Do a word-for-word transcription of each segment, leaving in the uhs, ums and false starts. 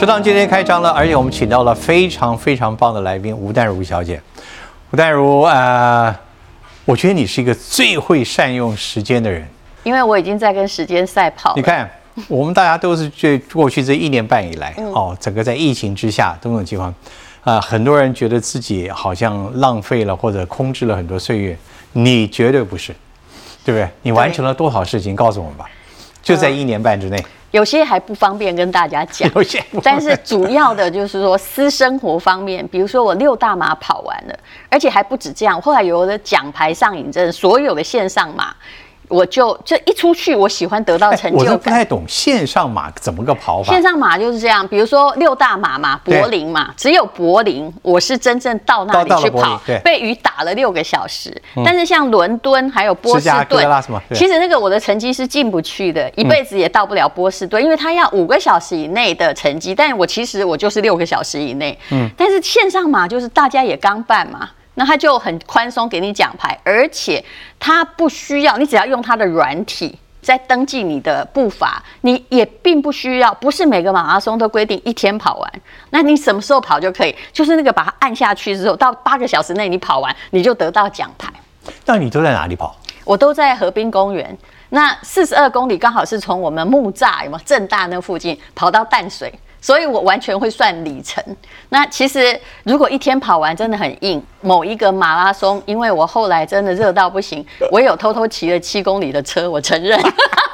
食堂今天开张了，而且我们请到了非常非常棒的来宾吴淡如小姐。吴淡如，呃，我觉得你是一个最会善用时间的人， 因为我已经在跟时间赛跑了。 你看，我们大家都是这过去这一年半以来，嗯、哦，整个在疫情之下种种情况，啊、呃，很多人觉得自己好像浪费了或者空置了很多岁月，你绝对不是，对不对？你完成了多少事情？告诉我们吧，就在一年半之内。嗯有些还不方便跟大家讲， 有些不方便， 但是主要的就是说私生活方面，比如说我六大马跑完了，而且还不止这样，后来有了奖牌上瘾症，所有的线上马。我就就一出去，我喜欢得到成就感。 我都不太懂线上马怎么个跑法。 线上马就是这样，比如说六大马嘛，柏林嘛，只有柏林我是真正到那里去跑，被雨打了六个小时。嗯、但是像伦敦还有波士顿，其实那个我的成绩是进不去的，一辈子也到不了波士顿，嗯、因为它要五个小时以内的成绩，但是我其实我就是六个小时以内。嗯，但是线上马就是大家也刚办嘛。那他就很宽松给你奖牌，而且他不需要，你只要用他的软体在登记你的步伐，你也并不需要，不是每个马拉松都规定一天跑完，那你什么时候跑就可以，就是那个把它按下去之后，到八个小时内你跑完，你就得到奖牌。 那你都在哪里跑？ 我都在河滨公园。那四十二公里刚好是从我们木栅有没有正大那附近跑到淡水。所以我完全会算里程。那其实如果一天跑完真的很硬，某一个马拉松，因为我后来真的热到不行，我有偷偷骑了七公里的车，我承认。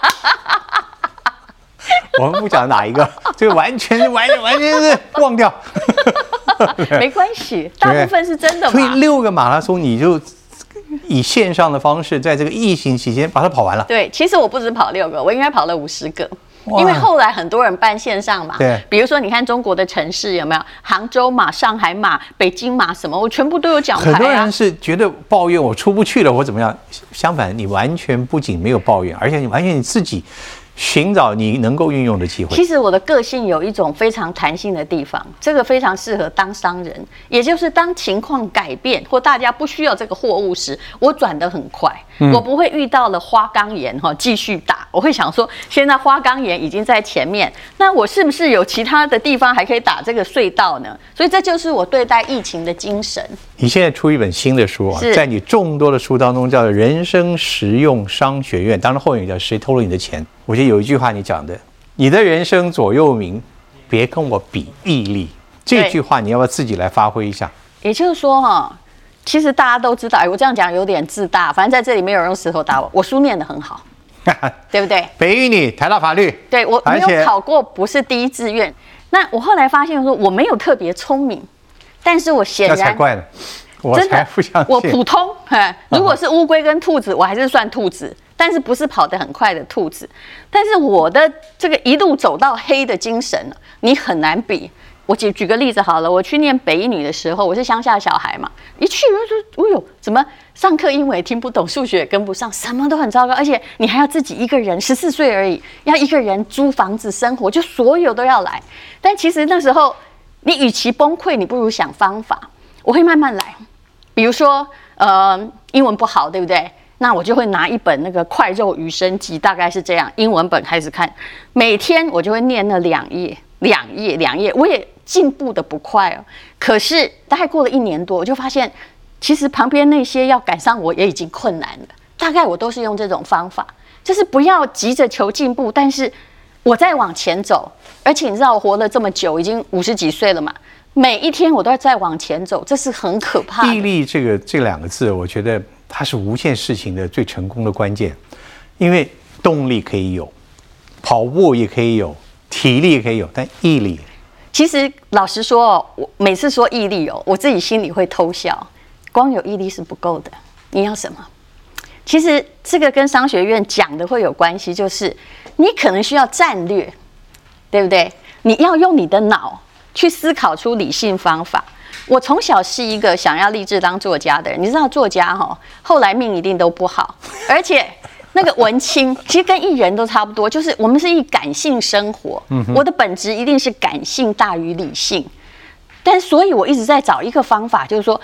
我们不讲哪一个，这个完全完全完全是忘掉。 没关系，大部分是真的嘛。 所以六个马拉松你就以线上的方式，在这个疫情期间把它跑完了。 对，其实我不止跑六个，我应该跑了五十个。因为后来很多人办线上嘛， 对， 比如说你看中国的城市有没有杭州马、上海马、北京马什么，我全部都有奖牌啊。 很多人是觉得抱怨我出不去了，我怎么样？相反，你完全不仅没有抱怨，而且你完全你自己寻找你能够运用的机会。 其实我的个性有一种非常弹性的地方，这个非常适合当商人，也就是当情况改变或大家不需要这个货物时，我转得很快，嗯、我不会遇到了花岗岩哈继续打，我会想说现在花岗岩已经在前面，那我是不是有其他的地方还可以打这个隧道呢？所以这就是我对待疫情的精神。 你现在出一本新的书啊，在你众多的书当中叫做《人生实用商学院》，当然后面叫谁偷了你的钱？我觉得有一句话你讲的，你的人生左右铭，别跟我比毅力。这句话你要不要自己来发挥一下？ 也就是说哈，其实大家都知道，我这样讲有点自大，反正在这里没有人用石头打我，我书念得很好，对不对？ 北一女，台大法律， 对我没有考过，不是第一志愿。那我后来发现说，我没有特别聪明，但是我显然那才怪呢，我才不相信。 我普通，如果是乌龟跟兔子，我还是算兔子。但是不是跑得很快的兔子，但是我的这个一路走到黑的精神，你很难比。我举举个例子好了，我去念北一女的时候，我是乡下小孩嘛，一去我就说，哎呦，怎么上课英文也听不懂，数学也跟不上，什么都很糟糕，而且你还要自己一个人，十四岁而已，要一个人租房子生活，就所有都要来。但其实那时候，你与其崩溃，你不如想方法。我会慢慢来，比如说，呃，英文不好，对不对？那我就会拿一本那个《块肉余生记》，大概是这样，英文本开始看，每天我就会念那两页、两页、两页，我也进步的不快哦。可是大概过了一年多，我就发现，其实旁边那些要赶上我也已经困难了。大概我都是用这种方法，就是不要急着求进步，但是我在往前走。而且你知道，我活了这么久，已经五十几岁了嘛，每一天我都在往前走，这是很可怕的。 毅力这个这两个字，我觉得它是无限事情的最成功的关键，因为动力可以有，跑步也可以有，体力也可以有，但毅力， 其实老实说，我每次说毅力哦，我自己心里会偷笑，光有毅力是不够的，你要什么？其实这个跟商学院讲的会有关系，就是你可能需要战略，对不对？你要用你的脑去思考出理性方法。我从小是一个想要立志当作家的人，你知道作家哈，后来命一定都不好，而且那个文青其实跟艺人都差不多，就是我们是以感性生活，我的本质一定是感性大于理性，但所以我一直在找一个方法，就是说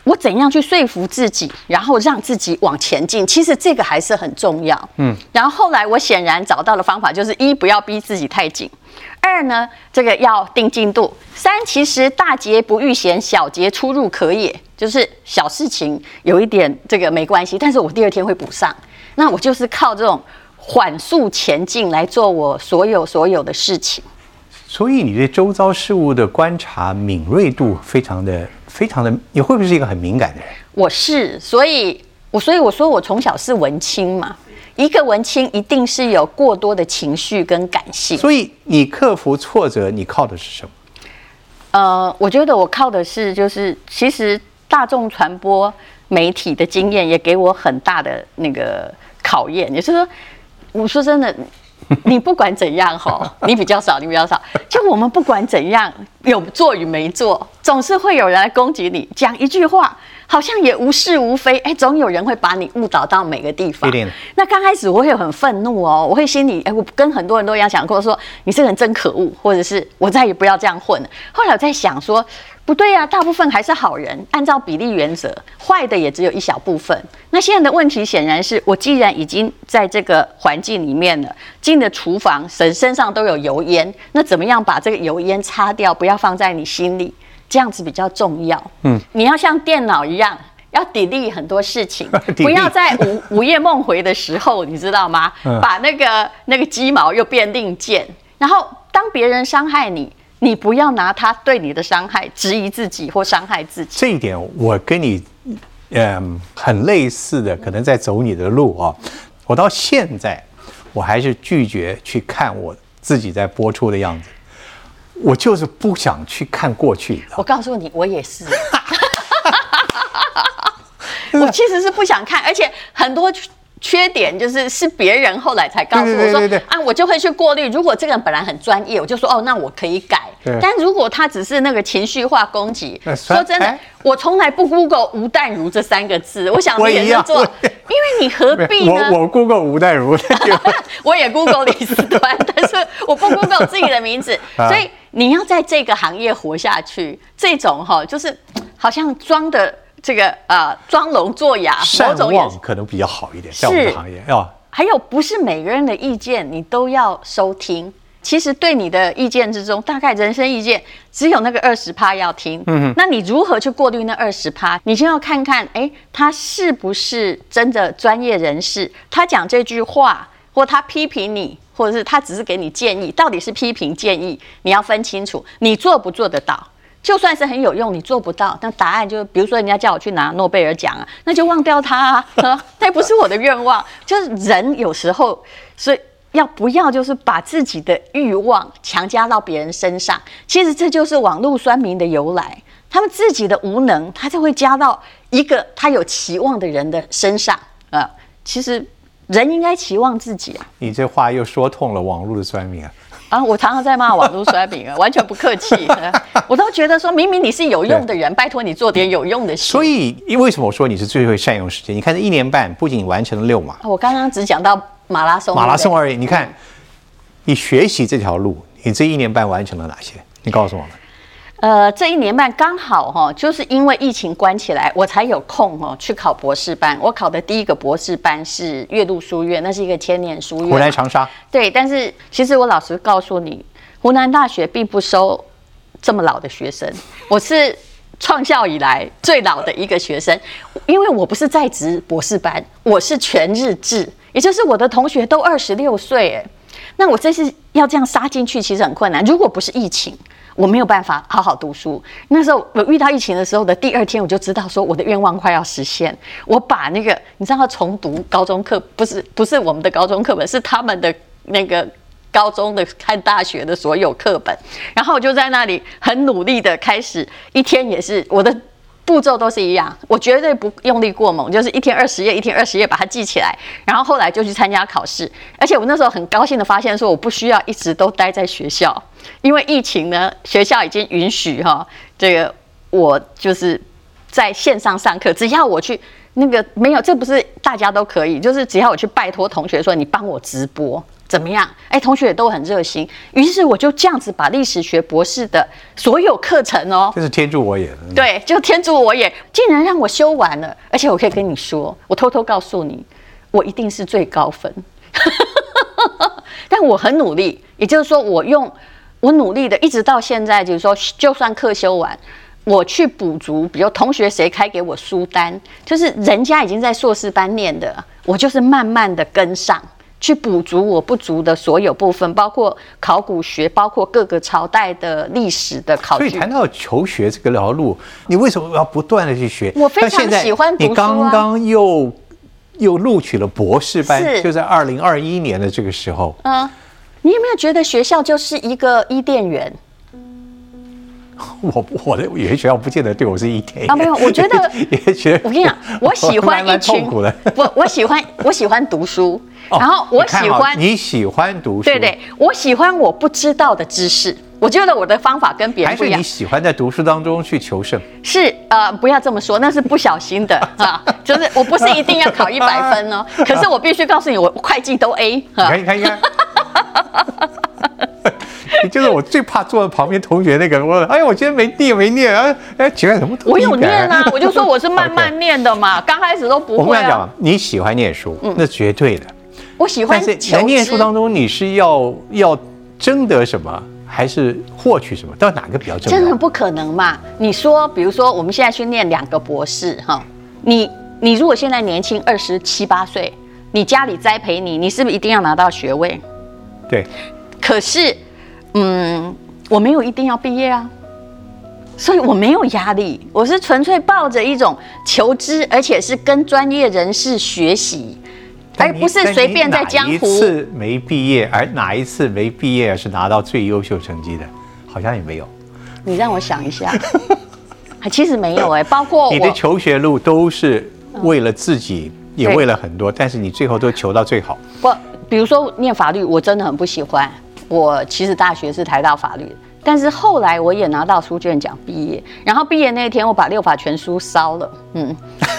我怎样去说服自己，然后让自己往前进，其实这个还是很重要。嗯，然后后来我显然找到的方法就是：一，不要逼自己太紧；二呢，这个要定进度；三，其实大节不逾闲，小节出入可也，就是小事情有一点这个没关系，但是我第二天会补上。那我就是靠这种缓速前进来做我所有所有的事情。 所以你对周遭事物的观察敏锐度非常的。非常的，你会不会是一个很敏感的人？ 我是，所以我所以我说我从小是文青嘛。一个文青一定是有过多的情绪跟感性。 所以你克服挫折，你靠的是什么？ 呃，我觉得我靠的是，就是其实大众传播媒体的经验也给我很大的那个考验。也就是说，我说真的。你不管怎样哈，你比较少，你比较少。就我们不管怎样，有做与没做，总是会有人来攻击你。讲一句话，好像也无是无非，哎，总有人会把你误导到每个地方。那刚开始我会很愤怒哦，我会心里，哎，我跟很多人都一样想过说，你这个人真可恶，或者是我再也不要这样混了。后来我在想说，不对啊，大部分还是好人，按照比例原则，坏的也只有一小部分。那现在的问题显然是我既然已经在这个环境里面了，进了厨房，身身上都有油烟，那怎么样把这个油烟擦掉，不要放在你心里，这样子比较重要。嗯，你要像电脑一样，要delete很多事情，不要在午午夜梦回的时候，你知道吗？嗯、把那个那个鸡毛又变令箭，然后当别人伤害你。你不要拿他对你的伤害质疑自己或伤害自己。 这一点我跟你，嗯，很类似的，可能在走你的路啊。我到现在，我还是拒绝去看我自己在播出的样子，我就是不想去看过去。 我告诉你，我也是。我其实是不想看，而且很多。缺点就是是别人后来才告诉我说啊，我就会去过滤。如果这个人本来很专业，我就说哦，那我可以改。但如果他只是那个情绪化攻击，说真的，我从来不 Google 吴淡如这三个字。我想你也是做，因为你何必呢？ 我我 Google 吴淡如， 我也 Google 李四端，但是我不 Google 自己的名字。所以你要在这个行业活下去，这种哈，就是好像装的。这个呃，装聋作哑， 善忘可能比较好一点，在我们的行业啊。 还有，不是每个人的意见你都要收听。其实对你的意见之中，大概人生意见只有那个二十趴要听。嗯，那你如何去过滤那二十趴？你先要看看，哎，他是不是真的专业人士？他讲这句话，或他批评你，或者是他只是给你建议，到底是批评建议？你要分清楚，你做不做得到？就算是很有用，你做不到，那答案就比如说人家叫我去拿诺贝尔奖啊，那就忘掉它啊，那不是我的愿望。就是人有时候，所以要不要就是把自己的欲望强加到别人身上？其实这就是网络酸民的由来，他们自己的无能，他就会加到一个他有期望的人的身上啊、呃。其实人应该期望自己啊。 你这话又说痛了网络的酸民啊。 啊，我常常在骂网络酸民啊，完全不客气。我都觉得说，明明你是有用的人，拜托你做点有用的事。 所以，为什么我说你是最会善用时间？你看这一年半，不仅完成了六马， 我刚刚只讲到马拉松， 马拉松而已。你看，你学习这条路，你这一年半完成了哪些？你告诉我们。 呃，这一年半刚好哈，就是因为疫情关起来，我才有空哈去考博士班。我考的第一个博士班是岳麓书院，那是一个千年书院， 湖南长沙。 对，但是其实我老实告诉你，湖南大学并不收这么老的学生，我是创校以来最老的一个学生，因为我不是在职博士班，我是全日制，也就是我的同学都二十六岁，哎，那我这次要这样杀进去，其实很困难。如果不是疫情，我没有办法好好读书。那时候我遇到疫情的时候的第二天，我就知道说我的愿望快要实现。我把那个你知道重读高中课，不是不是我们的高中课本，是他们的那个高中的看大学的所有课本。然后我就在那里很努力的开始，一天也是我的步骤都是一样，我绝对不用力过猛，就是一天二十页，一天二十页把它记起来，然后后来就去参加考试。而且我那时候很高兴的发现说，我不需要一直都待在学校，因为疫情呢，学校已经允许哈，这个我就是在线上上课，只要我去那个没有，这不是大家都可以，就是只要我去拜托同学说你帮我直播怎么样？哎，同学也都很热心，于是我就这样子把历史学博士的所有课程哦， 这是天助我也。 对，就天助我也，竟然让我修完了，而且我可以跟你说，我偷偷告诉你，我一定是最高分，但我很努力，也就是说，我用我努力的，一直到现在，就是说，就算课修完。我去补足，比如同学谁开给我书单，就是人家已经在硕士班念的，我就是慢慢的跟上去补足我不足的所有部分，包括考古学，包括各个朝代的历史的考据。 所以谈到求学这个条路，你为什么要不断的去学？ 我非常喜欢读书啊。 你刚刚又又录取了博士班，就在二零二一年的这个时候。 嗯，你有没有觉得学校就是一个伊甸园？ 我我的有些学校不见得对我是一天啊，没有，我觉得也觉得我跟你讲，我喜欢一群，我我喜欢我喜欢读书， 哦、 然后我喜欢你喜欢读书， 对对，我喜欢我不知道的知识，我觉得我的方法跟别人不一样。 还是你喜欢在读书当中去求胜？ 是呃，不要这么说，那是不小心的啊，就是我不是一定要考一百分哦，可是我必须告诉你，我会计都 A， 你看，你看，你看。你就是我最怕坐在旁边同学那个，我哎呀，我今天没念没念啊，哎，奇怪什么？ 我有念啊，我就说我是慢慢念的嘛，刚开始都不会、啊。 我跟你讲，你喜欢念书，嗯、那绝对的。 我喜欢求知。 但是在念书当中，你是要要争得什么，还是获取什么？到哪个比较重要？ 真的不可能嘛？你说，比如说我们现在去念两个博士，哈，你你如果现在年轻二十七八岁，你家里栽培你，你是不是一定要拿到学位？ 对。 可是。嗯，我没有一定要毕业啊，所以我没有压力，我是纯粹抱着一种求知，而且是跟专业人士学习，而不是随便在江湖。 哪一次没毕业，而哪一次没毕业是拿到最优秀成绩的？好像也没有。 你让我想一下，其实没有哎、欸，包括你的求学路都是为了自己，嗯、也为了很多，但是你最后都求到最好。 不，比如说念法律，我真的很不喜欢。我其实大学是台大法律的，但是后来我也拿到书卷奖毕业，然后毕业那天我把六法全书烧了，嗯，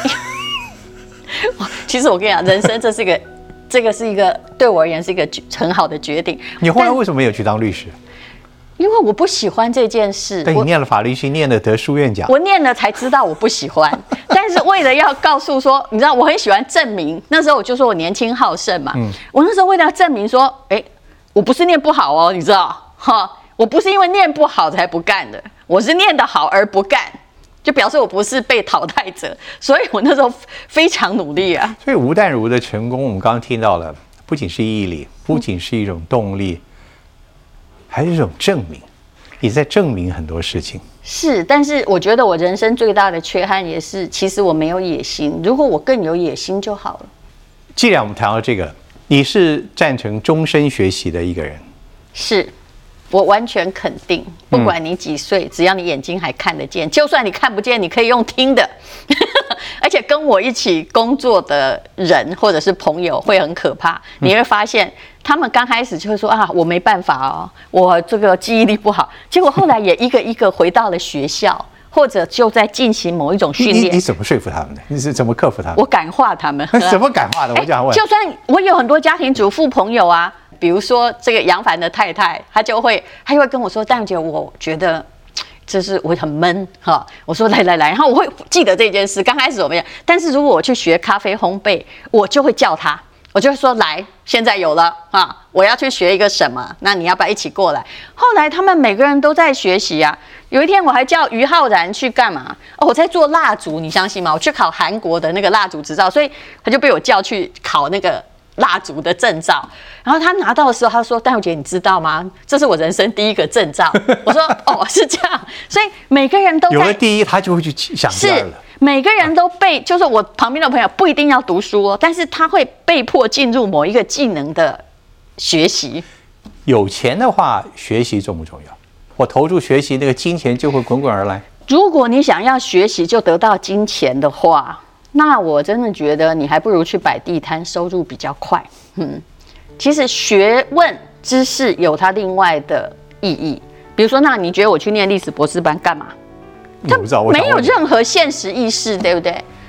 其实我跟你讲，人生这是一个，这个是一个对我而言是一个很好的决定。 你后来为什么没有去当律师？ 因为我不喜欢这件事。 但你念了法律系，念了得书院奖， 我念了才知道我不喜欢。但是为了要告诉说，你知道我很喜欢证明，那时候我就说我年轻好胜嘛，嗯、我那时候为了要证明说，哎、欸。我不是念不好哦，你知道哈？我不是因为念不好才不干的，我是念得好而不干，就表示我不是被淘汰者，所以我那时候非常努力啊。 所以吴淡如的成功，我们刚刚听到了，不仅是毅力，不仅是一种动力，还是一种证明，你在证明很多事情。 是，但是我觉得我人生最大的缺憾也是，其实我没有野心。如果我更有野心就好了。 既然我们谈到这个。你是赞成终身学习的一个人， 是我完全肯定，不管你几岁，嗯、只要你眼睛还看得见，就算你看不见，你可以用听的。而且跟我一起工作的人或者是朋友会很可怕，你会发现他们刚开始就会说啊，我没办法哦，我这个记忆力不好，结果后来也一个一个回到了学校。或者就在进行某一种训练， 你, 你怎么说服他们的？你是怎么克服他们？ 我感化他们。 怎么感化的？我想问。 就算我有很多家庭主妇朋友啊，比如说这个杨凡的太太，她就会，她就会跟我说：“淡如姐，我觉得就是我很闷哈。”我说：“来来来。”然后我会记得这件事。刚开始我们讲，但是如果我去学咖啡烘焙，我就会叫他。我就说来，现在有了啊！我要去学一个什么？那你要不要一起过来？后来他们每个人都在学习啊。有一天我还叫于浩然去干嘛？哦，我在做蜡烛，你相信吗？我去考韩国的那个蜡烛执照，所以他就被我叫去考那个蜡烛的证照。然后他拿到的时候，他说：“淡如姐，你知道吗？这是我人生第一个证照。”我说：“哦，是这样。”所以每个人都在有了第一，他就会去想第二了。 每个人都被，就是我旁边的朋友不一定要读书哦，但是他会被迫进入某一个技能的学习。 有钱的话，学习重不重要？我投入学习，那个金钱就会滚滚而来。 如果你想要学习就得到金钱的话，那我真的觉得你还不如去摆地摊，收入比较快。嗯，其实学问知识有它另外的意义。比如说，那你觉得我去念历史博士班干嘛？ 我不知道，我没有任何现实意识，对不对？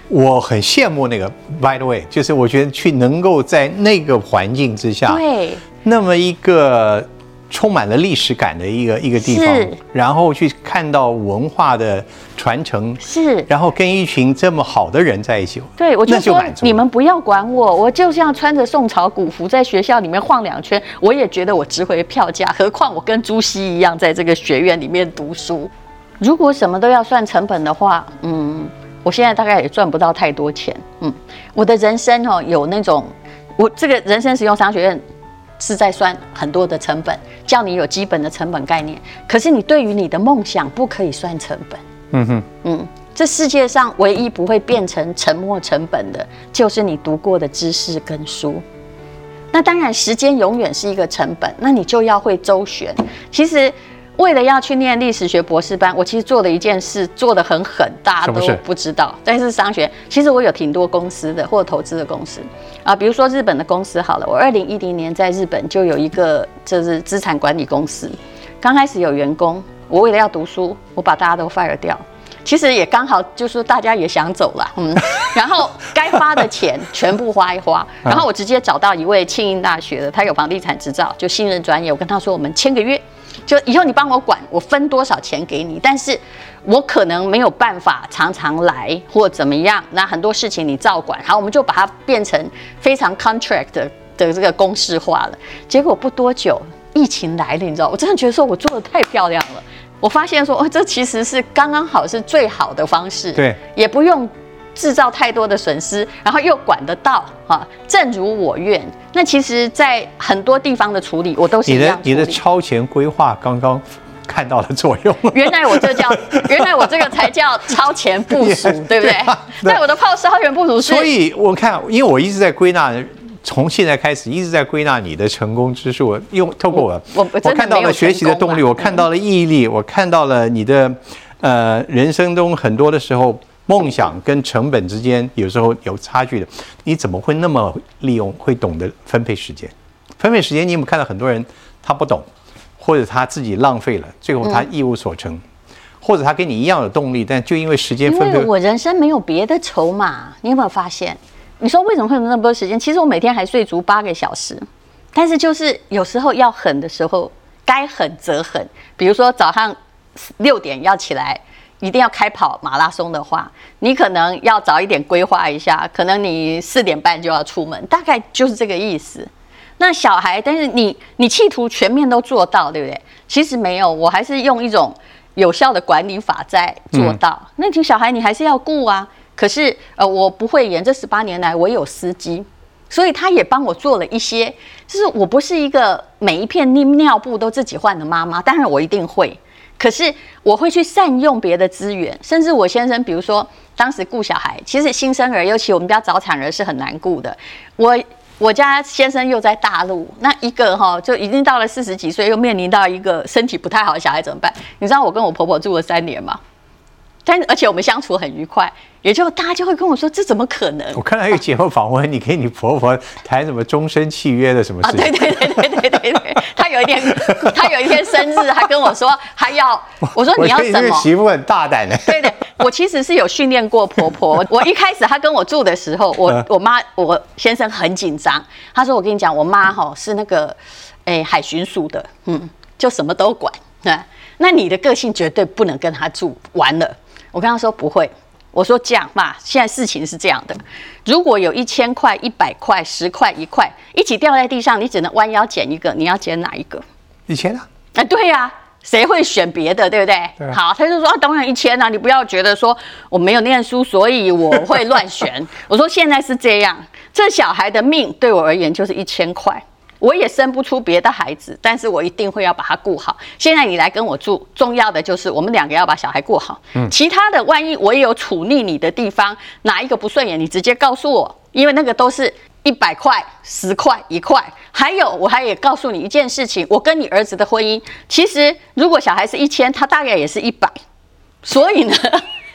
我很羡慕那个 by the way， 就是我觉得去能够在那个环境之下， 对， 那么一个充满了历史感的一个一个地方，然后去看到文化的传承， 是， 然后跟一群这么好的人在一起， 对，我就说你们不要管我，我就像穿着宋朝古服在学校里面晃两圈，我也觉得我值回票价，何况我跟朱熹一样在这个学院里面读书。如果什么都要算成本的话，嗯。我现在大概也赚不到太多钱，嗯，我的人生哦有那种，我这个人生实用商学院是在算很多的成本，叫你有基本的成本概念。可是你对于你的梦想不可以算成本，嗯哼，嗯，这世界上唯一不会变成沉没成本的，就是你读过的知识跟书。那当然，时间永远是一个成本，那你就要会周旋。其实。为了要去念历史学博士班，我其实做了一件事，做得很狠，大家都不知道。但是商学，其实我有挺多公司的或投资的公司啊，比如说日本的公司好了，我二零一零年在日本就有一个就是资产管理公司，刚开始有员工，我为了要读书，我把大家都 fire 掉。其实也刚好就是大家也想走了，嗯，然后该花的钱全部花一花，然后我直接找到一位庆应大学的，他有房地产执照，就信任专业，我跟他说我们签个约。就以后你帮我管，我分多少钱给你，但是我可能没有办法常常来或怎么样，那很多事情你照管。好，我们就把它变成非常 contract 的, 的这个公式化了。结果不多久，疫情来了，你知道，我真的觉得说我做的太漂亮了。我发现说，哦，这其实是刚刚好是最好的方式， 对， 也不用制造太多的损失，然后又管得到啊，正如我愿。那其实，在很多地方的处理，我都是一样处理。 你的你的超前规划刚刚看到了作用。 原来我这叫，原来我这个才叫超前部署，对不对？在我的泡超前部署是。 所以我看，因为我一直在归纳。从现在开始一直在归纳你的成功之数，用透过我， 我我看到了学习的动力，我看到了毅力，我看到了你的呃人生中很多的时候梦想跟成本之间有时候有差距的，你怎么会那么利用，会懂得分配时间？分配时间，你有没有看到很多人他不懂，或者他自己浪费了，最后他一无所成，嗯、或者他跟你一样有动力，但就因为时间分配， 因为我人生没有别的筹码，你有没有发现？你说为什么会有那么多时间？其实我每天还睡足八个小时，但是就是有时候要狠的时候，该狠则狠。比如说早上六点要起来，一定要开跑马拉松的话，你可能要早一点规划一下，可能你四点半就要出门，大概就是这个意思。那小孩，但是你你企图全面都做到，对不对？其实没有，我还是用一种有效的管理法在做到。嗯、那群小孩你还是要顾啊。可是，呃，我不会演。这十八年来，我有司机，所以他也帮我做了一些。就是我不是一个每一片尿布都自己换的妈妈，当然我一定会。可是我会去善用别的资源，甚至我先生，比如说当时顾小孩，其实新生儿，尤其我们家早产儿是很难顾的。我我家先生又在大陆，那一个哈就已经到了四十几岁，又面临到一个身体不太好的小孩怎么办？你知道我跟我婆婆住了三年吗？但而且我们相处很愉快，也就大家就会跟我说，这怎么可能？ 我看到一个节目访问，你跟你婆婆谈什么终身契约的什么事情？ 啊，对对对对对对对，她有一天，她有一天生日，她跟我说，她要，我说你要什么？ 这个媳妇很大胆的。 对对，我其实是有训练过婆婆。我一开始她跟我住的时候，我我妈我先生很紧张，他说我跟你讲，我妈哈是那个，哎海巡署的，嗯，就什么都管。那你的个性绝对不能跟她住，完了。我跟他说不会，我说这样嘛，现在事情是这样的，如果有一千块、一百块、十块、一块一起掉在地上，你只能弯腰捡一个，你要捡哪一个？ 一千啊？ 啊，对呀、啊，谁会选别的，对不对？对啊、好，他就说、啊、当然一千啊，你不要觉得说我没有念书，所以我会乱选。我说现在是这样，这小孩的命对我而言就是一千块。我也生不出别的孩子，但是我一定会要把他顾好。现在你来跟我住，重要的就是我们两个要把小孩顾好。嗯，其他的万一我也有处逆你的地方，哪一个不顺眼，你直接告诉我，因为那个都是一百块、十块、一块。还有，我还也告诉你一件事情，我跟你儿子的婚姻，其实如果小孩是一千，他大概也是一百。所以呢，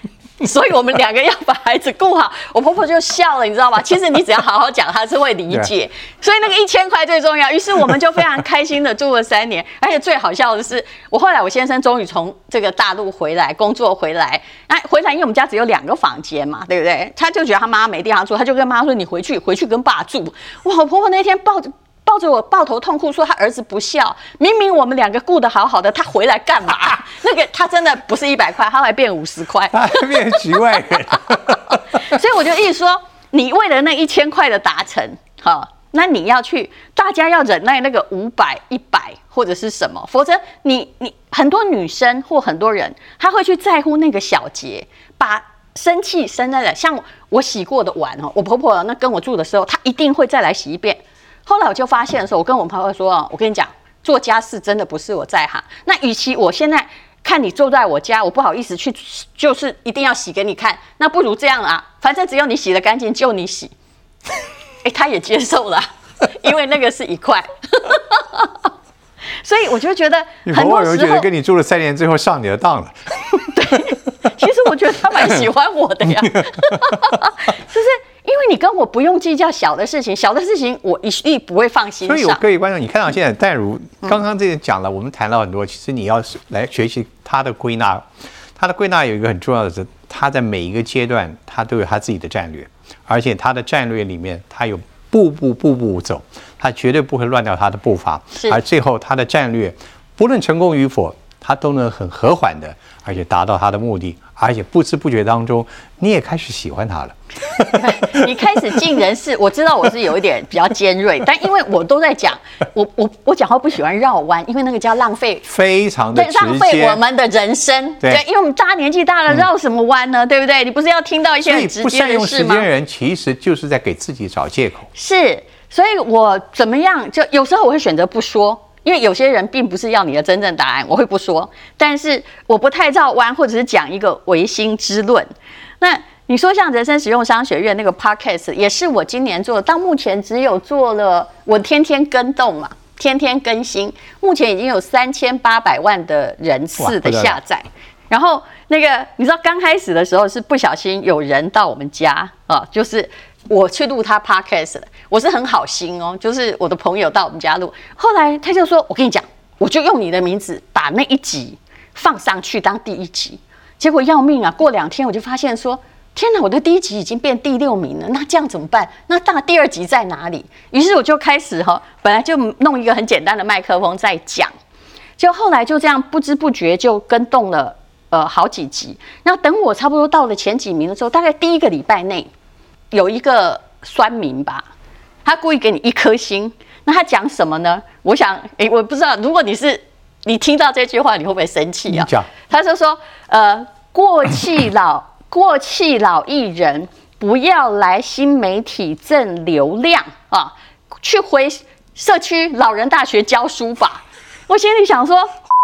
所以我们两个要把孩子顾好。我婆婆就笑了，你知道吗？其实你只要好好讲，她是会理解。所以那个一千块最重要。于是我们就非常开心的住了三年。而且最好笑的是，我后来我先生终于从这个大陆回来工作回来，那回来因为我们家只有两个房间嘛，对不对？他就觉得他妈没地方住，他就跟妈说：“你回去，回去跟爸住。”哇，我婆婆那天抱着。抱着我抱头痛哭说他儿子不孝，明明我们两个顾得好好的，他回来干嘛？那个他真的不是一百块，他还变五十块， 他还变局外人。 所以我就一直说，你为了那一千块的达成，哈，那你要去，大家要忍耐那个五百、一百或者是什么，否则你你很多女生或很多人，他会去在乎那个小节，把生气生在了。像我洗过的碗哦，我婆婆那跟我住的时候，她一定会再来洗一遍。后来我就发现的时候，我跟我婆婆说：“我跟你讲，做家事真的不是我在行。那与其我现在看你坐在我家，我不好意思去，就是一定要洗给你看，那不如这样啊，反正只有你洗得干净，就你洗。”哎，他也接受了，因为那个是一块。所以我就觉得很多时候， 你婆婆有觉得跟你住了三年，最后上你的当了。 对，其实我觉得他蛮喜欢我的呀，就是因为你跟我不用计较小的事情，小的事情我一律不会放心上。 所以，各位观众，你看到现在淡如刚刚这个讲了，我们谈到很多，其实你要来学习他的归纳，他的归纳有一个很重要的是，他在每一个阶段，他都有他自己的战略，而且他的战略里面，他有步步步步走，他绝对不会乱掉他的步伐，而最后他的战略不论成功与否，他都能很和缓的，而且达到他的目的，而且不知不觉当中，你也开始喜欢他了。 你开始尽人事，我知道我是有一点比较尖锐，但因为我都在讲，我我我讲话不喜欢绕弯，因为那个叫浪费， 非常的直接， 浪费我们的人生。对，对因为我们大年纪大了，绕什么弯呢？嗯、对不对？你不是要听到一些很直接的事吗？不善用时间的人， 其实就是在给自己找借口。 是，所以我怎么样？就有时候我会选择不说。因为有些人并不是要你的真正答案，我会不说，但是我不太绕弯，或者是讲一个唯心之论。那你说像人生实用商学院那个 podcast 也是我今年做的，到目前只有做了，我天天更动嘛，天天更新，目前已经有三千八百万的人次的下载。然后那个你知道刚开始的时候是不小心有人到我们家啊，就是我去录他 podcast 的，我是很好心哦，就是我的朋友到我们家录，后来他就说，我跟你讲，我就用你的名字把那一集放上去当第一集，结果要命啊！过两天我就发现说，天哪，我的第一集已经变第六名了，那这样怎么办？那大第二集在哪里？于是我就开始哈，本来就弄一个很简单的麦克风在讲，就后来就这样不知不觉就跟动了呃好几集。然后等我差不多到了前几名的时候，大概第一个礼拜内。有一个酸民吧，他故意给你一颗星，那他讲什么呢？我想，哎，我不知道，如果你是你听到这句话，你会不会生气啊？他就说，呃，过气老过气老艺人不要来新媒体挣流量啊，去回社区老人大学教书吧。我心里想说。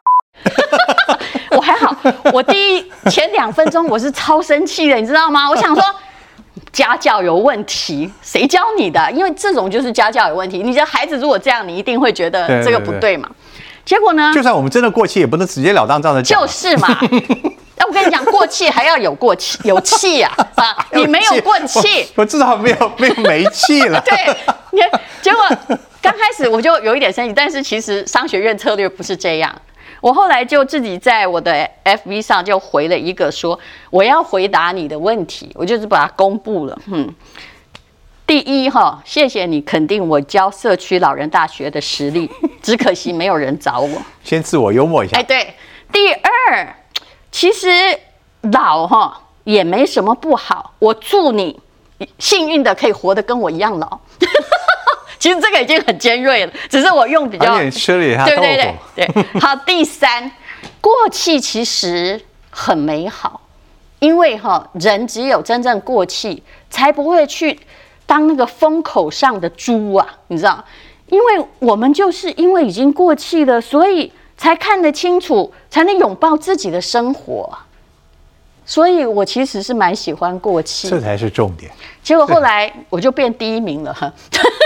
我还好，我第一前两分钟我是超生气的，你知道吗？我想说。家教有问题，谁教你的？因为这种就是家教有问题。你的孩子如果这样，你一定会觉得这个不对嘛。对对对结果呢？就算我们真的过气，也不能直截了当这样的讲。就是嘛。那我跟你讲，过气还要有过气，有气呀！啊, 啊，你没有过气， 我, 我至少没有没有没气了。 对，你结果刚开始我就有一点生气，但是其实商学院策略不是这样。我后来就自己在我的 F B 上就回了一个说，我要回答你的问题，我就是把它公布了。嗯，第一哈，谢谢你肯定我教社区老人大学的实力，只可惜没有人找我。 先自我幽默一下。 哎，对。第二，其实老哈也没什么不好，我祝你幸运的可以活得跟我一样老。其实这个已经很尖锐了，只是我用比较有点吃了一下豆腐。 对对对对。好，第三，过气其实很美好，因为哈人只有真正过气，才不会去当那个风口上的猪啊，你知道？因为我们就是因为已经过气了，所以才看得清楚，才能拥抱自己的生活。所以我其实是蛮喜欢过气， 这才是重点。 结果后来我就变第一名了哈。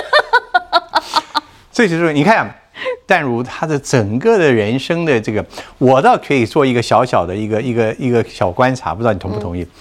这就是你看，淡如她的整个的人生的这个，我倒可以做一个小小的一个一个一个小观察，不知道你同不同意？嗯、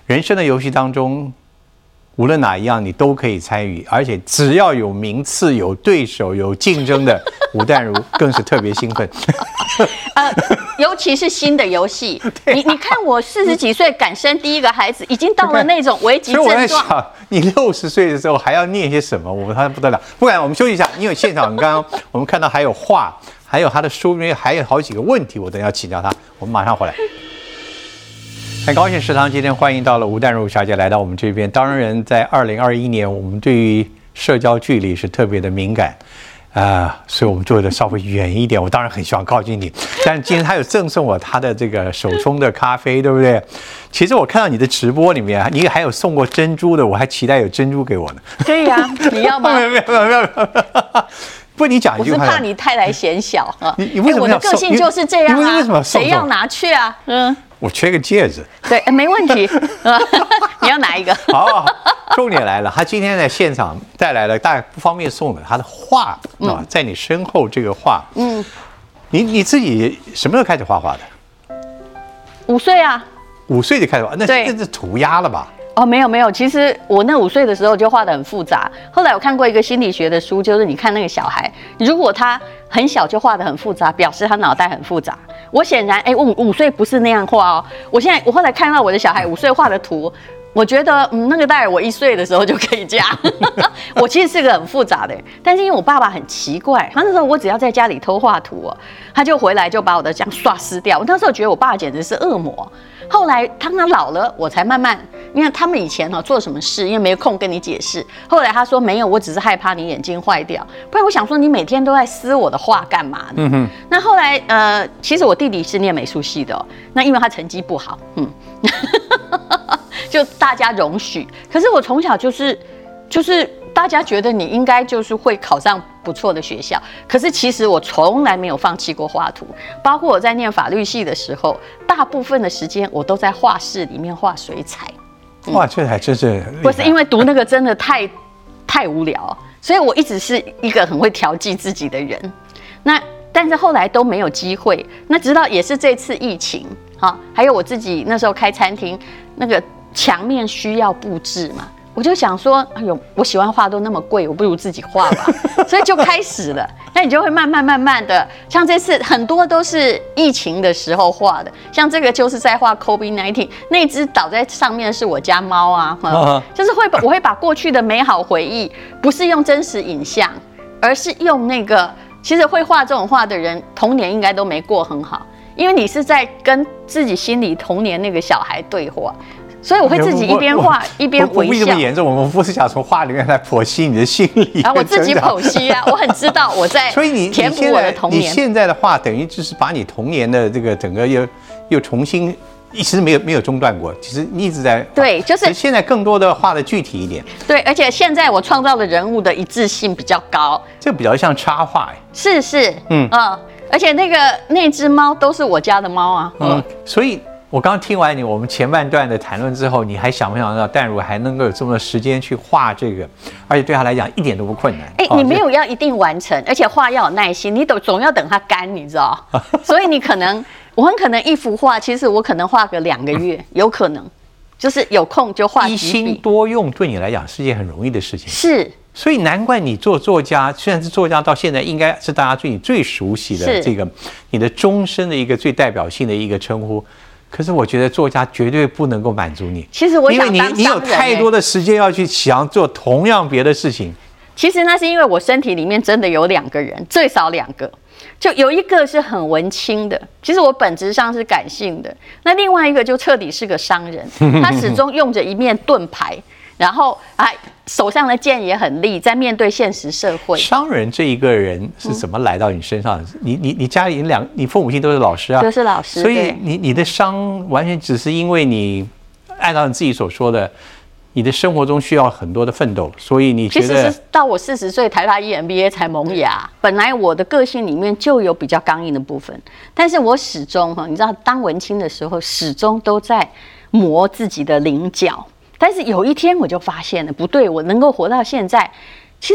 人生的游戏当中，无论哪一样你都可以参与，而且只要有名次、有对手、有竞争的，吴淡如更是特别兴奋。 呃，尤其是新的游戏，你你看我四十几岁敢生第一个孩子，已经到了那种危急症状。 所以我在想，你六十岁的时候还要念些什么？我们还不得了。不然我们休息一下，因为现场刚刚我们看到还有画，还有他的书里面还有好几个问题，我等一下请教他。我们马上回来。很高兴食堂今天欢迎到了吴淡如小姐来到我们这边。当然，在二零二一年，我们对于社交距离是特别的敏感。啊、呃，所以我们做的稍微远一点。我当然很希望靠近你，但是今天他有赠送我他的这个手冲的咖啡，对不对？其实我看到你的直播里面，你还有送过珍珠的，我还期待有珍珠给我呢。 可以啊，你要吗？ 没有没有没有没有。不，你讲一句话。 我是怕你太来显小啊。 你你为什么我的个性就是这样啊？ 你为什么谁要拿去啊？嗯。 我缺个戒指。 对，没问题。你要哪一个？ 好，好，重点来了，他今天在现场带来了，大概不方便送的他的画啊，在你身后这个画，嗯，你你自己什么时候开始画画的？ 五岁啊。 五岁就开始画，那那是涂鸦了吧？ 哦，没有没有，其实我那五岁的时候就画得很复杂。后来我看过一个心理学的书，就是你看那个小孩，如果他很小就画得很复杂，表示他脑袋很复杂。我显然，哎，我五五岁不是那样画哦。我现在我后来看到我的小孩五岁画的图，我觉得嗯，那个大概我一岁的时候就可以加。我其实是个很复杂的人，但是因为我爸爸很奇怪，他那时候我只要在家里偷画图哦，他就回来就把我的这样刷撕掉。我那时候觉得我爸简直是恶魔。后来当他老了，我才慢慢，因为他们以前哈做什么事，因为没有空跟你解释。后来他说没有，我只是害怕你眼睛坏掉，不然我想说你每天都在撕我的画干嘛呢？嗯哼。那后来呃，其实我弟弟是念美术系的哦，那因为他成绩不好，嗯，就大家容许。可是我从小就是就是大家觉得你应该就是会考上不错的学校，可是其实我从来没有放弃过画图，包括我在念法律系的时候，大部分的时间我都在画室里面画水彩。 嗯、哇，这还真是不是因为读那个真的太太无聊，所以我一直是一个很会调剂自己的人。那但是后来都没有机会，那直到也是这次疫情，哈，还有我自己那时候开餐厅，那个墙面需要布置嘛。我就想说，哎呦，我喜欢画都那么贵，我不如自己画吧，所以就开始了。那你就会慢慢慢慢的，像这次很多都是疫情的时候画的，像这个就是在画 COVID 十九， 那只倒在上面是我家猫啊，嗯、就是会把我会把过去的美好回忆，不是用真实影像，而是用那个，其实会画这种画的人，童年应该都没过很好，因为你是在跟自己心里童年那个小孩对话。所以我会自己一边画一边微笑。不这么严重，我们不是想从画里面来剖析你的心理。 啊，我自己剖析啊，我很知道我在填补我的童年。 你现在的画等于就是把你童年的这个整个又又重新，其实没有没有中断过，其实你一直在对，就是现在更多的画的具体一点。 对，而且现在我创造的人物的一致性比较高， 这比较像插画。 是是，嗯嗯，而且那个那只猫都是我家的猫啊，嗯， 所以。我刚听完你我们前半段的谈论之后，你还想不想到淡如还能够有这么多时间去画这个，而且对他来讲一点都不困难。 哎、欸，你没有要一定完成，而且画要有耐心，你总总要等它干，你知道？所以你可能，我很可能一幅画，其实我可能画个两个月，有可能，就是有空就画几笔。 一心多用对你来讲是件很容易的事情。 是。 所以难怪你做作家，虽然是作家，到现在应该是大家对你最熟悉的这个，你的终身的一个最代表性的一个称呼。可是我觉得作家绝对不能够满足你。 其实我想当商人、欸， 因为你你有太多的时间要去想做同样别的事情。 其实那是因为我身体里面真的有两个人，最少两个，就有一个是很文青的，其实我本质上是感性的，那另外一个就彻底是个商人，他始终用着一面盾牌，然后啊手上的剑也很利，在面对现实社会。 商人这一个人是怎么来到你身上的？嗯、你你你家里两，你父母亲都是老师啊， 都是老师， 所以你你的商完全只是因为你按照你自己所说的，你的生活中需要很多的奋斗，所以你觉得其实是到我四十岁台大 E M B A 才萌芽。本来我的个性里面就有比较刚硬的部分，但是我始终哈，你知道，当文青的时候，始终都在磨自己的棱角。但是有一天我就发现了不对，我能够活到现在，其实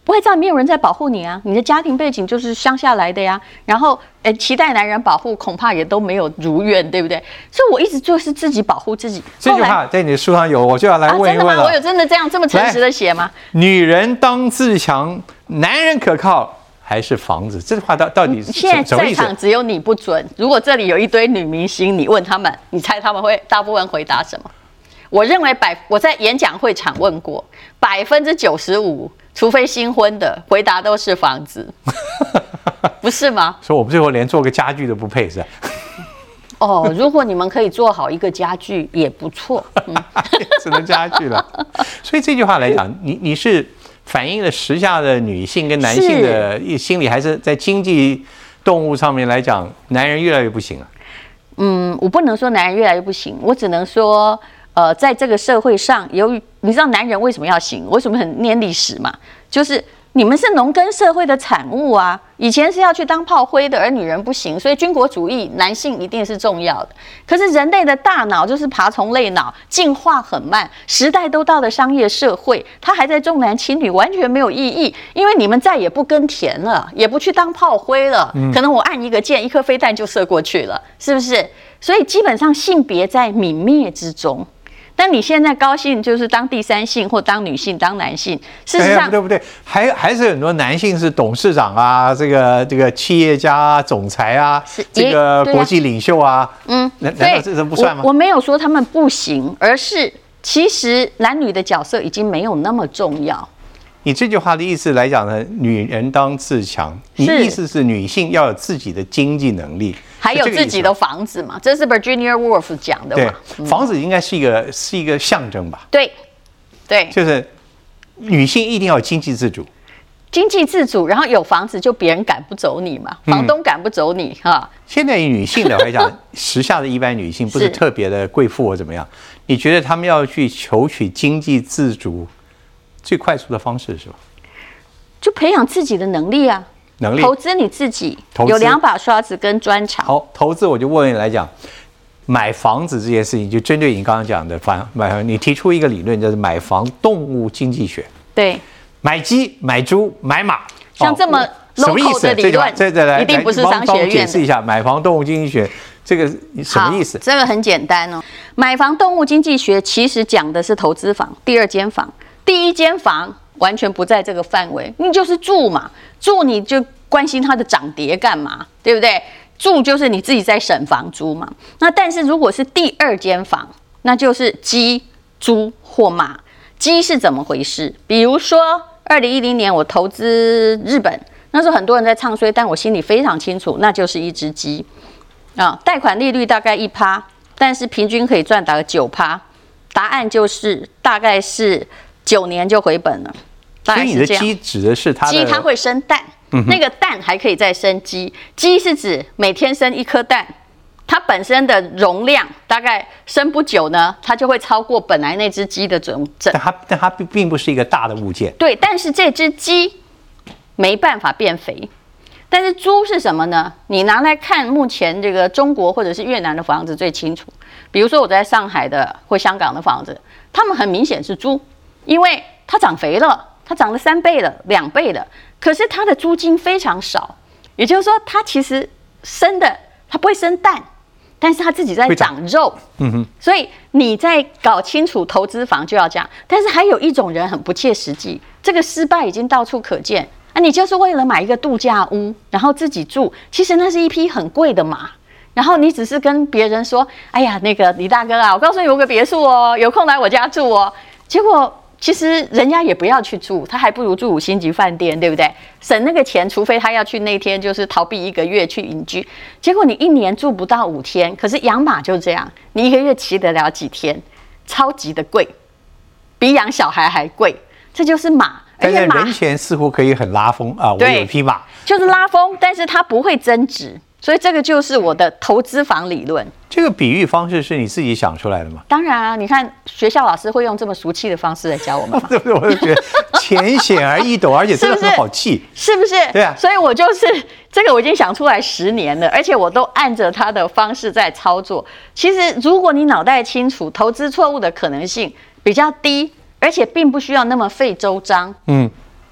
外在没有人在保护你啊，你的家庭背景就是乡下来的呀，然后诶期待男人保护，恐怕也都没有如愿，对不对？所以我一直就是自己保护自己。 这句话在你的书上有，我就要来问一问了。啊、真的吗？我有真的这样这么诚实的写吗？ 女人当自强，男人可靠。还是房子，这句话到到底是现在在场只有你不准。如果这里有一堆女明星，你问他们，你猜他们会大部分回答什么？我认为百我在演讲会场问过，百分之九十五，除非新婚的，回答都是房子，不是吗？ 所以我们最后连做个家具都不配是吧？ 哦，如果你们可以做好一个家具也不错，嗯、 只能家具了。所以这句话来讲，你你是。反映了时下的女性跟男性的心理，还是在经济动物上面来讲，男人越来越不行了。 嗯，我不能说男人越来越不行，我只能说，呃，在这个社会上，由于你知道男人为什么要行，为什么很念历史嘛，就是你们是农耕社会的产物啊，以前是要去当炮灰的，而女人不行，所以军国主义男性一定是重要的。可是人类的大脑就是爬虫类脑，进化很慢，时代都到了商业社会，它还在重男轻女，完全没有意义，因为你们再也不耕田了，也不去当炮灰了，可能我按一个键，一颗飞弹就射过去了，是不是？所以基本上性别在泯灭之中。但你现在高兴就是当第三性或当女性当男性，事实上、 哎、对不对？还还是很多男性是董事长啊，这个这个企业家、啊、总裁啊，这个国际领袖啊，啊嗯，难难道这这不算吗？ 我, 我没有说他们不行，而是其实男女的角色已经没有那么重要。 你这句话的意思来讲呢，女人当自强，你意思是女性要有自己的经济能力。 还有自己的房子嘛，这是 Virginia Woolf 讲的嘛。 对，房子应该是一个是一个象征吧？ 对，对， 就是女性一定要有经济自主， 经济自主，然后有房子就别人赶不走你嘛，房东赶不走你哈、嗯。 现在以女性的来讲，时下的一般女性不是特别的贵妇或怎么样，你觉得她们要去求取经济自主，最快速的方式是什么？ 就培养自己的能力啊。 能力投资你自己，有两把刷子跟专长。 好，投资我就问你来讲，买房子这件事情，就针对你刚刚讲的房买，你提出一个理论，就是买房动物经济学。 对， 买鸡、买猪、买马， 像这么 local 的理论， 这这来一定不是商学院的。 解释一下，买房动物经济学这个什么意思？ 这个很简单哦，买房动物经济学其实讲的是投资房，第二间房，第一间房。完全不在这个范围，你就是住嘛，住你就关心它的涨跌干嘛，对不对？住就是你自己在省房租嘛。那但是如果是第二间房，那就是鸡、猪或马。鸡是怎么回事？比如说，二零一零年我投资日本，那时候很多人在唱衰，但我心里非常清楚，那就是一只鸡啊。贷款利率大概一趴，但是平均可以赚到九趴。答案就是大概是九年就回本了。 所以你的鸡指的是它的鸡，它会生蛋，嗯、那个蛋还可以再生鸡。鸡是指每天生一颗蛋，它本身的容量大概生不久呢，它就会超过本来那只鸡的总整。 但它但它并不是一个大的物件。 对，但是这只鸡没办法变肥。但是猪是什么呢？你拿来看目前这个中国或者是越南的房子最清楚。比如说我在上海的或香港的房子，他们很明显是猪，因为它长肥了。它涨了三倍了，两倍了，可是它的租金非常少，也就是说，它其实生的它不会生蛋，但是它自己在长肉。嗯哼，所以你在搞清楚投资房就要这样。但是还有一种人很不切实际，这个失败已经到处可见啊！你就是为了买一个度假屋，然后自己住，其实那是一匹很贵的马。然后你只是跟别人说：“哎呀，那个李大哥啊，我告诉你有个别墅哦，有空来我家住哦。”结果。其实人家也不要去住，他还不如住五星级饭店，对不对？省那个钱，除非他要去那天就是逃避一个月去隐居。结果你一年住不到五天，可是养马就这样，你一个月骑得了几天？超级的贵，比养小孩还贵。这就是马， 而且人前似乎可以很拉风啊！我有一匹马， 就是拉风，但是它不会增值。所以这个就是我的投资房理论。 这个比喻方式是你自己想出来的吗？ 当然啊，你看学校老师会用这么俗气的方式来教我们吗？ 对不对？我就觉得浅显而易懂，而且真的很好记， 是不是？ 对啊。 所以我就是这个，我已经想出来十年了，而且我都按着他的方式在操作。其实如果你脑袋清楚，投资错误的可能性比较低，而且并不需要那么费周章。嗯。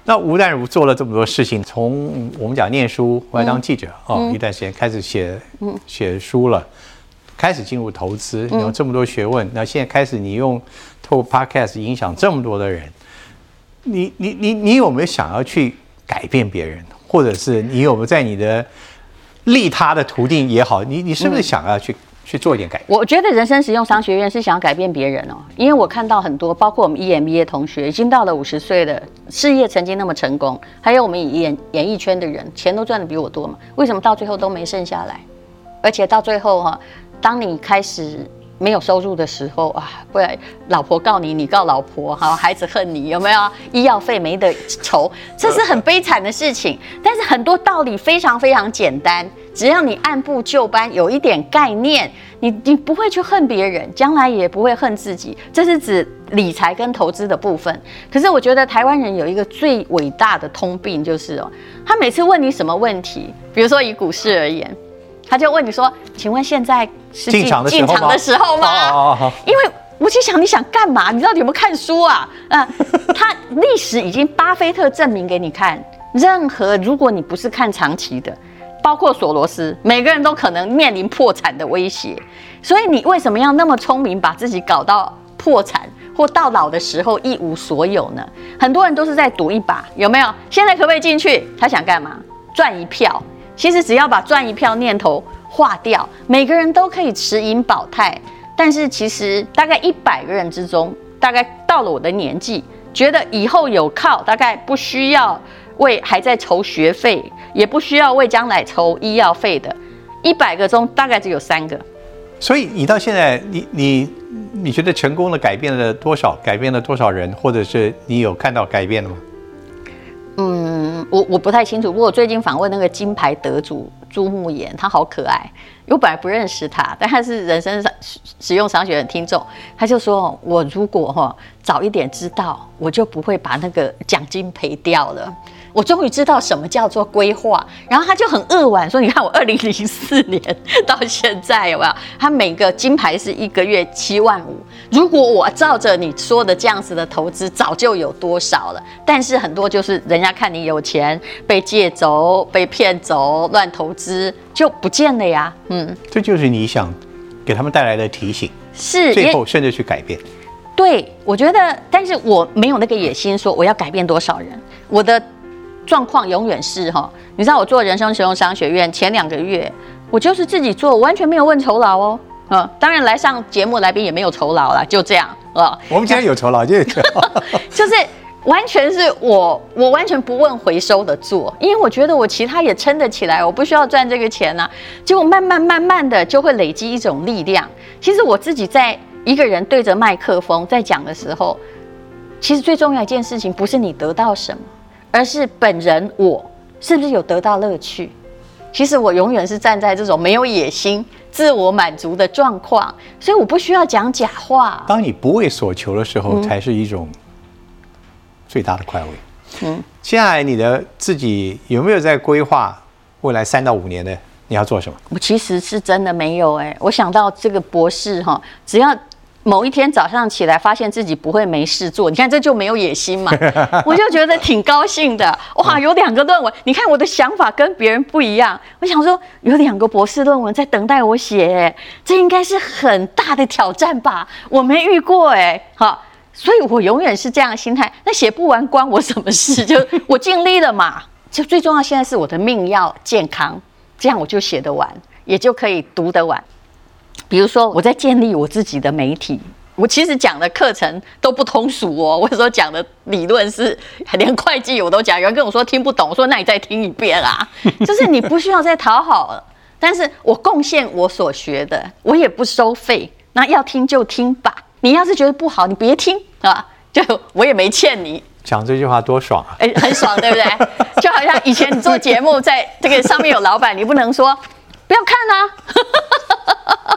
那吴淡如做了这么多事情，从我们讲念书，后来当记者、嗯、哦，一段时间开始写写书了，开始进入投资，有这么多学问。那现在开始你用透过 podcast 影响这么多的人，你你你你有没有想要去改变别人，或者是你有没有在你的利他的途径也好，你你是不是想要去？嗯去做一点改变。 我觉得人生实用商学院是想要改变别人哦，因为我看到很多，包括我们 E M B A 同学，已经到了五十岁的事业曾经那么成功，还有我们演演艺圈的人，钱都赚得比我多嘛，为什么到最后都没剩下来？而且到最后哈、啊，当你开始没有收入的时候啊，不然老婆告你，你告老婆，好，孩子恨你，有没有？医药费没得筹，这是很悲惨的事情。但是很多道理非常非常简单。只要你按部就班，有一点概念，你你不会去恨别人，将来也不会恨自己。这是指理财跟投资的部分。可是我觉得台湾人有一个最伟大的通病，就是哦，他每次问你什么问题，比如说以股市而言，他就问你说：“请问现在是进场的时候吗？” 进场的时候吗？哦哦哦因为我就想，你想干嘛？你到底有没有看书啊？啊、呃，他历史已经巴菲特证明给你看，任何如果你不是看长期的。包括索罗斯，每个人都可能面临破产的威胁，所以你为什么要那么聪明，把自己搞到破产，或到老的时候一无所有呢？很多人都是在赌一把，有没有？现在可不可以进去？他想干嘛？赚一票。其实只要把赚一票念头划掉，每个人都可以持盈保泰。但是其实大概一百个人之中，大概到了我的年纪，觉得以后有靠，大概不需要为还在筹学费，也不需要为将来筹医药费的，一百个中大概只有三个。 所以你到现在，你你你觉得成功的改变了多少？改变了多少人？或者是你有看到改变了吗？ 嗯，我我不太清楚。不过我最近访问那个金牌得主朱慕言，他好可爱。因为我本来不认识他，但他是人生实用商学院的听众，他就说：“我如果哈早一点知道，我就不会把那个奖金赔掉了。”我终于知道什么叫做规划，然后他就很扼腕说：“你看我二零零四年到现在有没有？他每个金牌是一个月七万五。如果我照着你说的这样子的投资，早就有多少了。但是很多就是人家看你有钱，被借走、被骗走、乱投资就不见了呀。嗯， 这就是你想给他们带来的提醒， 是最后甚至去改变。 对，我觉得，但是我没有那个野心，说我要改变多少人，我的。”状况永远是哈，你知道我做人生实用商学院前两个月，我就是自己做，完全没有问酬劳哦。嗯，当然来上节目来宾也没有酬劳啦，就这样啊。 我们今天有酬劳，就就是完全是我，我完全不问回收的做，因为我觉得我其他也撑得起来，我不需要赚这个钱啊。结果慢慢慢慢的就会累积一种力量。其实我自己在一个人对着麦克风在讲的时候，其实最重要一件事情不是你得到什么。而是本人我是不是有得到乐趣？其实我永远是站在这种没有野心、自我满足的状况，所以我不需要讲假话。 当你不为所求的时候，才是一种最大的快慰。嗯，接下来你的自己有没有在规划未来三到五年的你要做什么？ 我其实是真的没有哎、欸，我想到这个博士哈，只要。某一天早上起来，发现自己不会没事做，你看这就没有野心嘛，我就觉得挺高兴的。哇，有两个论文，你看我的想法跟别人不一样。我想说，有两个博士论文在等待我写，这应该是很大的挑战吧？我没遇过哎，好，所以我永远是这样的心态。那写不完关我什么事？就我尽力了嘛。就最重要现在是我的命要健康，这样我就写得完，也就可以读得完。比如说，我在建立我自己的媒体，我其实讲的课程都不通俗哦。我有时候讲的理论是连会计我都讲，有人跟我说听不懂，我说那你再听一遍啦。就是你不需要再讨好了，但是我贡献我所学的，我也不收费，那要听就听吧。你要是觉得不好，你别听啊，就我也没欠你。 讲这句话多爽啊！ 哎，很爽，对不对？就好像以前你做节目，在这个上面有老板，你不能说不要看啊。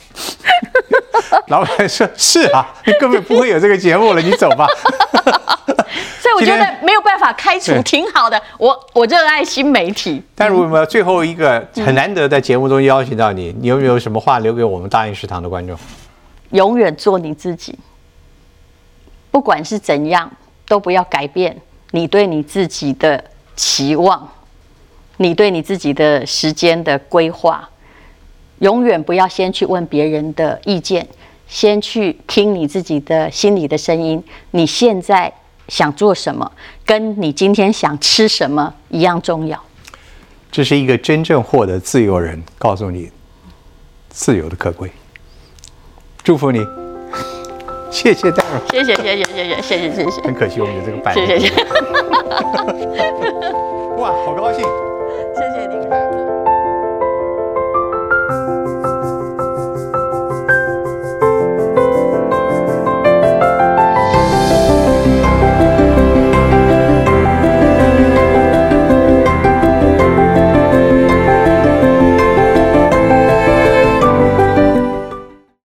老板说：“是啊，你根本不会有这个节目了，你走吧。” 所以我觉得没有办法开除，挺好的。我我热爱新媒体。 但如果最后一个很难得在节目中邀请到你，你有没有什么话留给我们大英食堂的观众？ 永远做你自己，不管是怎样，都不要改变你对你自己的期望，你对你自己的时间的规划，永远不要先去问别人的意见，先去听你自己的心里的声音。你现在想做什么，跟你今天想吃什么一样重要。 这是一个真正获得自由人告诉你自由的可贵。祝福你，谢谢戴尔， 谢谢谢谢谢谢谢谢谢谢。 很可惜我们有这个伴侣。 谢谢谢谢。 哇，好高兴。